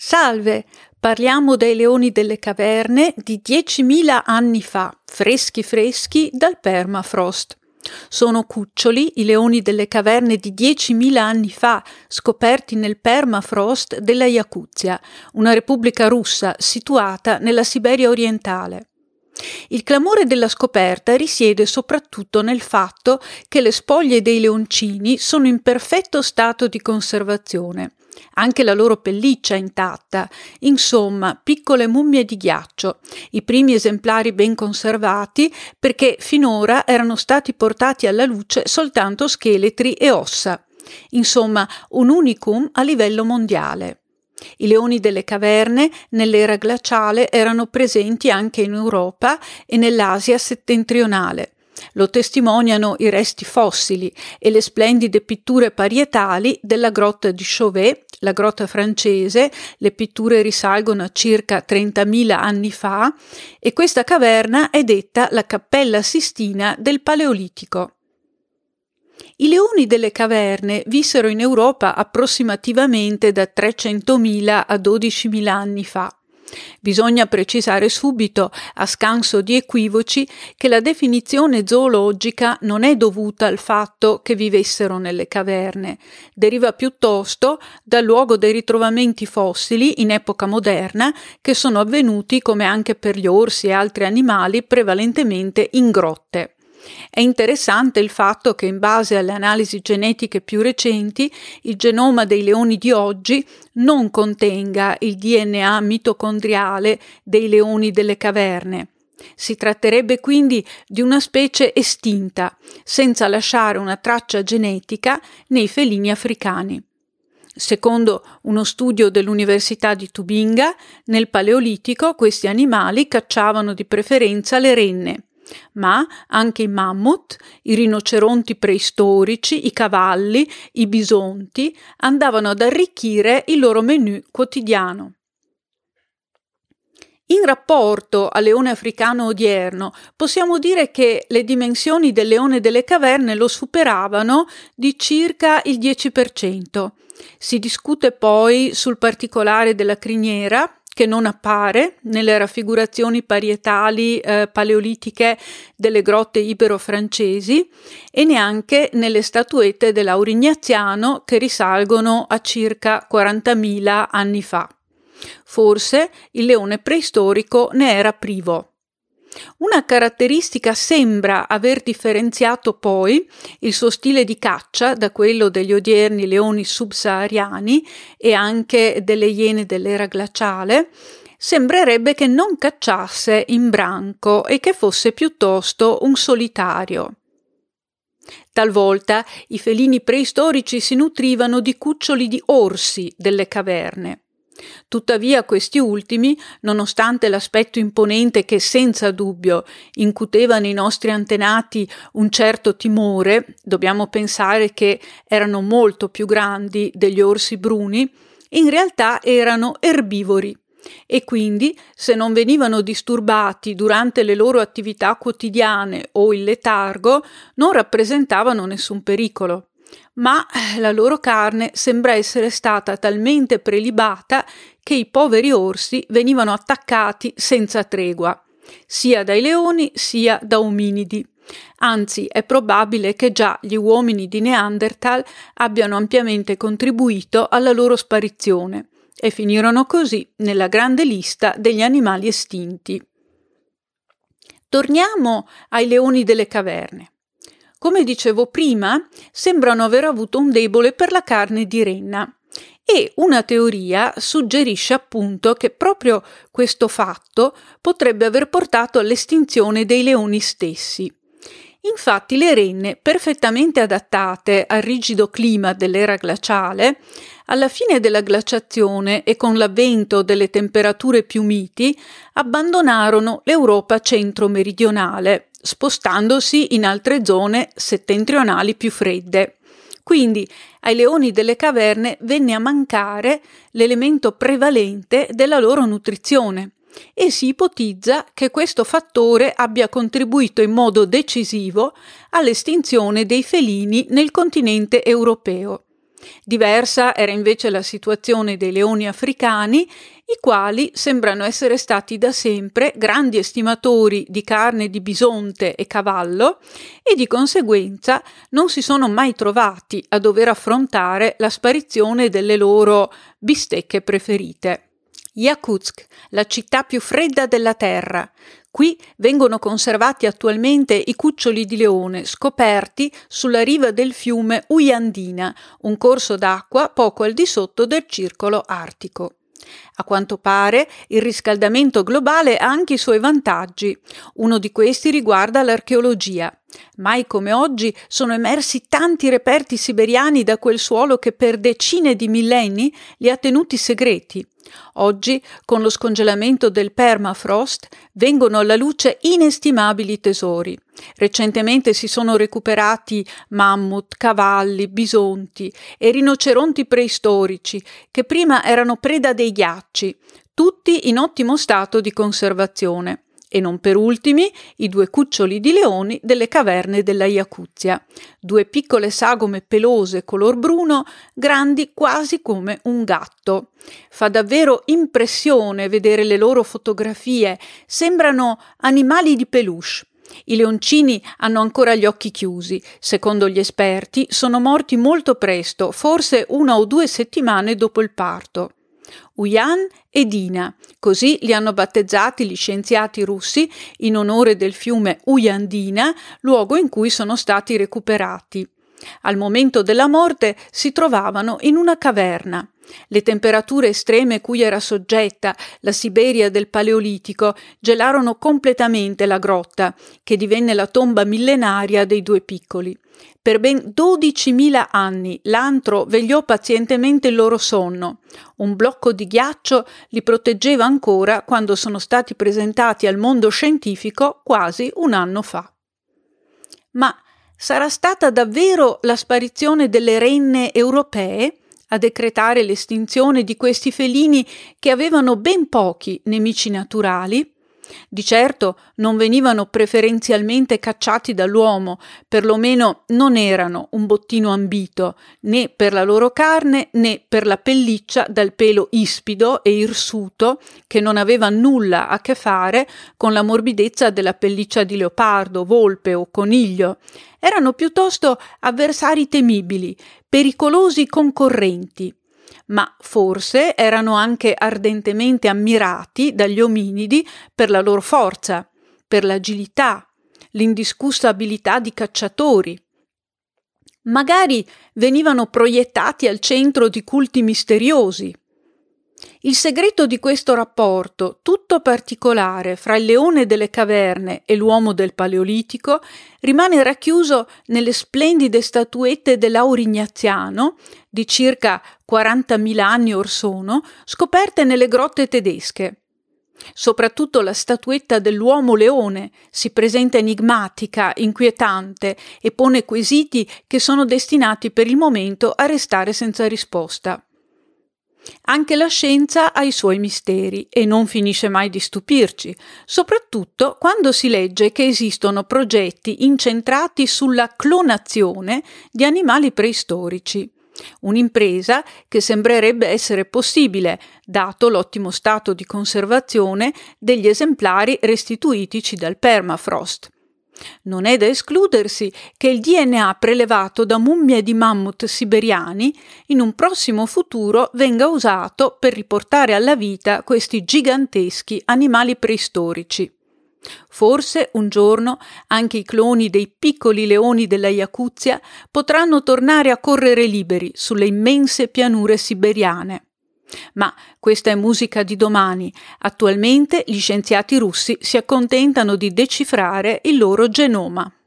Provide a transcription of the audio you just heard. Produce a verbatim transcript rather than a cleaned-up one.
Salve! Parliamo dei leoni delle caverne di diecimila anni fa, freschi freschi dal permafrost. Sono cuccioli i leoni delle caverne di diecimila anni fa, scoperti nel permafrost della Iacuzia, una repubblica russa situata nella Siberia orientale. Il clamore della scoperta risiede soprattutto nel fatto che le spoglie dei leoncini sono in perfetto stato di conservazione. Anche la loro pelliccia è intatta, insomma, piccole mummie di ghiaccio, i primi esemplari ben conservati perché finora erano stati portati alla luce soltanto scheletri e ossa. Insomma, un unicum a livello mondiale. I leoni delle caverne nell'era glaciale erano presenti anche in Europa e nell'Asia settentrionale. Lo testimoniano i resti fossili e le splendide pitture parietali della grotta di Chauvet, la grotta francese. Le pitture risalgono a circa trentamila anni fa e questa caverna è detta la Cappella Sistina del Paleolitico. I leoni delle caverne vissero in Europa approssimativamente da trecentomila a dodicimila anni fa. Bisogna precisare subito, a scanso di equivoci, che la definizione zoologica non è dovuta al fatto che vivessero nelle caverne, deriva piuttosto dal luogo dei ritrovamenti fossili in epoca moderna che sono avvenuti, come anche per gli orsi e altri animali, prevalentemente in grotte. È interessante il fatto che in base alle analisi genetiche più recenti il genoma dei leoni di oggi non contenga il D N A mitocondriale dei leoni delle caverne. Si tratterebbe quindi di una specie estinta, senza lasciare una traccia genetica nei felini africani. Secondo uno studio dell'Università di Tubinga, nel Paleolitico questi animali cacciavano di preferenza le renne, ma anche i mammut, i rinoceronti preistorici, i cavalli, i bisonti andavano ad arricchire il loro menù quotidiano. In rapporto al leone africano odierno, possiamo dire che le dimensioni del leone delle caverne lo superavano di circa il dieci per cento. Si discute poi sul particolare della criniera, che non appare nelle raffigurazioni parietali eh, paleolitiche delle grotte ibero-francesi e neanche nelle statuette dell'Aurignaziano che risalgono a circa quarantamila anni fa. Forse il leone preistorico ne era privo. Una caratteristica sembra aver differenziato poi il suo stile di caccia da quello degli odierni leoni subsahariani e anche delle iene dell'era glaciale. Sembrerebbe che non cacciasse in branco e che fosse piuttosto un solitario. Talvolta i felini preistorici si nutrivano di cuccioli di orsi delle caverne. Tuttavia questi ultimi, nonostante l'aspetto imponente che senza dubbio incuteva nei nostri antenati un certo timore, dobbiamo pensare che erano molto più grandi degli orsi bruni, in realtà erano erbivori e quindi, se non venivano disturbati durante le loro attività quotidiane o il letargo, non rappresentavano nessun pericolo. Ma la loro carne sembra essere stata talmente prelibata che i poveri orsi venivano attaccati senza tregua, sia dai leoni sia da ominidi. Anzi, è probabile che già gli uomini di Neanderthal abbiano ampiamente contribuito alla loro sparizione e finirono così nella grande lista degli animali estinti. Torniamo ai leoni delle caverne. Come dicevo prima, sembrano aver avuto un debole per la carne di renna e una teoria suggerisce appunto che proprio questo fatto potrebbe aver portato all'estinzione dei leoni stessi. Infatti le renne, perfettamente adattate al rigido clima dell'era glaciale, alla fine della glaciazione e con l'avvento delle temperature più miti, abbandonarono l'Europa centro-meridionale, spostandosi in altre zone settentrionali più fredde. Quindi ai leoni delle caverne venne a mancare l'elemento prevalente della loro nutrizione e si ipotizza che questo fattore abbia contribuito in modo decisivo all'estinzione dei felini nel continente europeo. Diversa era invece la situazione dei leoni africani, i quali sembrano essere stati da sempre grandi estimatori di carne di bisonte e cavallo e di conseguenza non si sono mai trovati a dover affrontare la sparizione delle loro bistecche preferite. Yakutsk, la città più fredda della terra. Qui vengono conservati attualmente i cuccioli di leone scoperti sulla riva del fiume Uyandina, un corso d'acqua poco al di sotto del circolo artico. A quanto pare, il riscaldamento globale ha anche i suoi vantaggi. Uno di questi riguarda l'archeologia. Mai come oggi sono emersi tanti reperti siberiani da quel suolo che per decine di millenni li ha tenuti segreti. Oggi, con lo scongelamento del permafrost, vengono alla luce inestimabili tesori. Recentemente si sono recuperati mammut, cavalli, bisonti e rinoceronti preistorici che prima erano preda dei ghiacci, tutti in ottimo stato di conservazione. E non per ultimi i due cuccioli di leoni delle caverne della Iacuzia, due piccole sagome pelose color bruno, grandi quasi come un gatto. Fa davvero impressione vedere le loro fotografie, sembrano animali di peluche. I leoncini hanno ancora gli occhi chiusi, secondo gli esperti sono morti molto presto, forse una o due settimane dopo il parto. Uyan e Dina, così li hanno battezzati gli scienziati russi in onore del fiume Uyandina, luogo in cui sono stati recuperati. Al momento della morte si trovavano in una caverna. Le temperature estreme cui era soggetta la Siberia del Paleolitico gelarono completamente la grotta, che divenne la tomba millenaria dei due piccoli. Per ben dodicimila anni l'antro vegliò pazientemente il loro sonno. Un blocco di ghiaccio li proteggeva ancora quando sono stati presentati al mondo scientifico quasi un anno fa. Ma sarà stata davvero la sparizione delle renne europee a decretare l'estinzione di questi felini che avevano ben pochi nemici naturali? Di certo non venivano preferenzialmente cacciati dall'uomo, perlomeno non erano un bottino ambito, né per la loro carne né per la pelliccia dal pelo ispido e irsuto che non aveva nulla a che fare con la morbidezza della pelliccia di leopardo, volpe o coniglio. Erano piuttosto avversari temibili, pericolosi concorrenti. Ma forse erano anche ardentemente ammirati dagli ominidi per la loro forza, per l'agilità, l'indiscussa abilità di cacciatori. Magari venivano proiettati al centro di culti misteriosi. Il segreto di questo rapporto, tutto particolare, fra il leone delle caverne e l'uomo del Paleolitico rimane racchiuso nelle splendide statuette dell'Aurignaziano di circa quarantamila anni or sono, scoperte nelle grotte tedesche. Soprattutto la statuetta dell'uomo leone si presenta enigmatica, inquietante e pone quesiti che sono destinati per il momento a restare senza risposta. Anche la scienza ha i suoi misteri e non finisce mai di stupirci, soprattutto quando si legge che esistono progetti incentrati sulla clonazione di animali preistorici. Un'impresa che sembrerebbe essere possibile, dato l'ottimo stato di conservazione degli esemplari restituitici dal permafrost. Non è da escludersi che il D N A prelevato da mummie di mammut siberiani in un prossimo futuro venga usato per riportare alla vita questi giganteschi animali preistorici. Forse un giorno anche i cloni dei piccoli leoni della Iacuzia potranno tornare a correre liberi sulle immense pianure siberiane. Ma questa è musica di domani. Attualmente gli scienziati russi si accontentano di decifrare il loro genoma.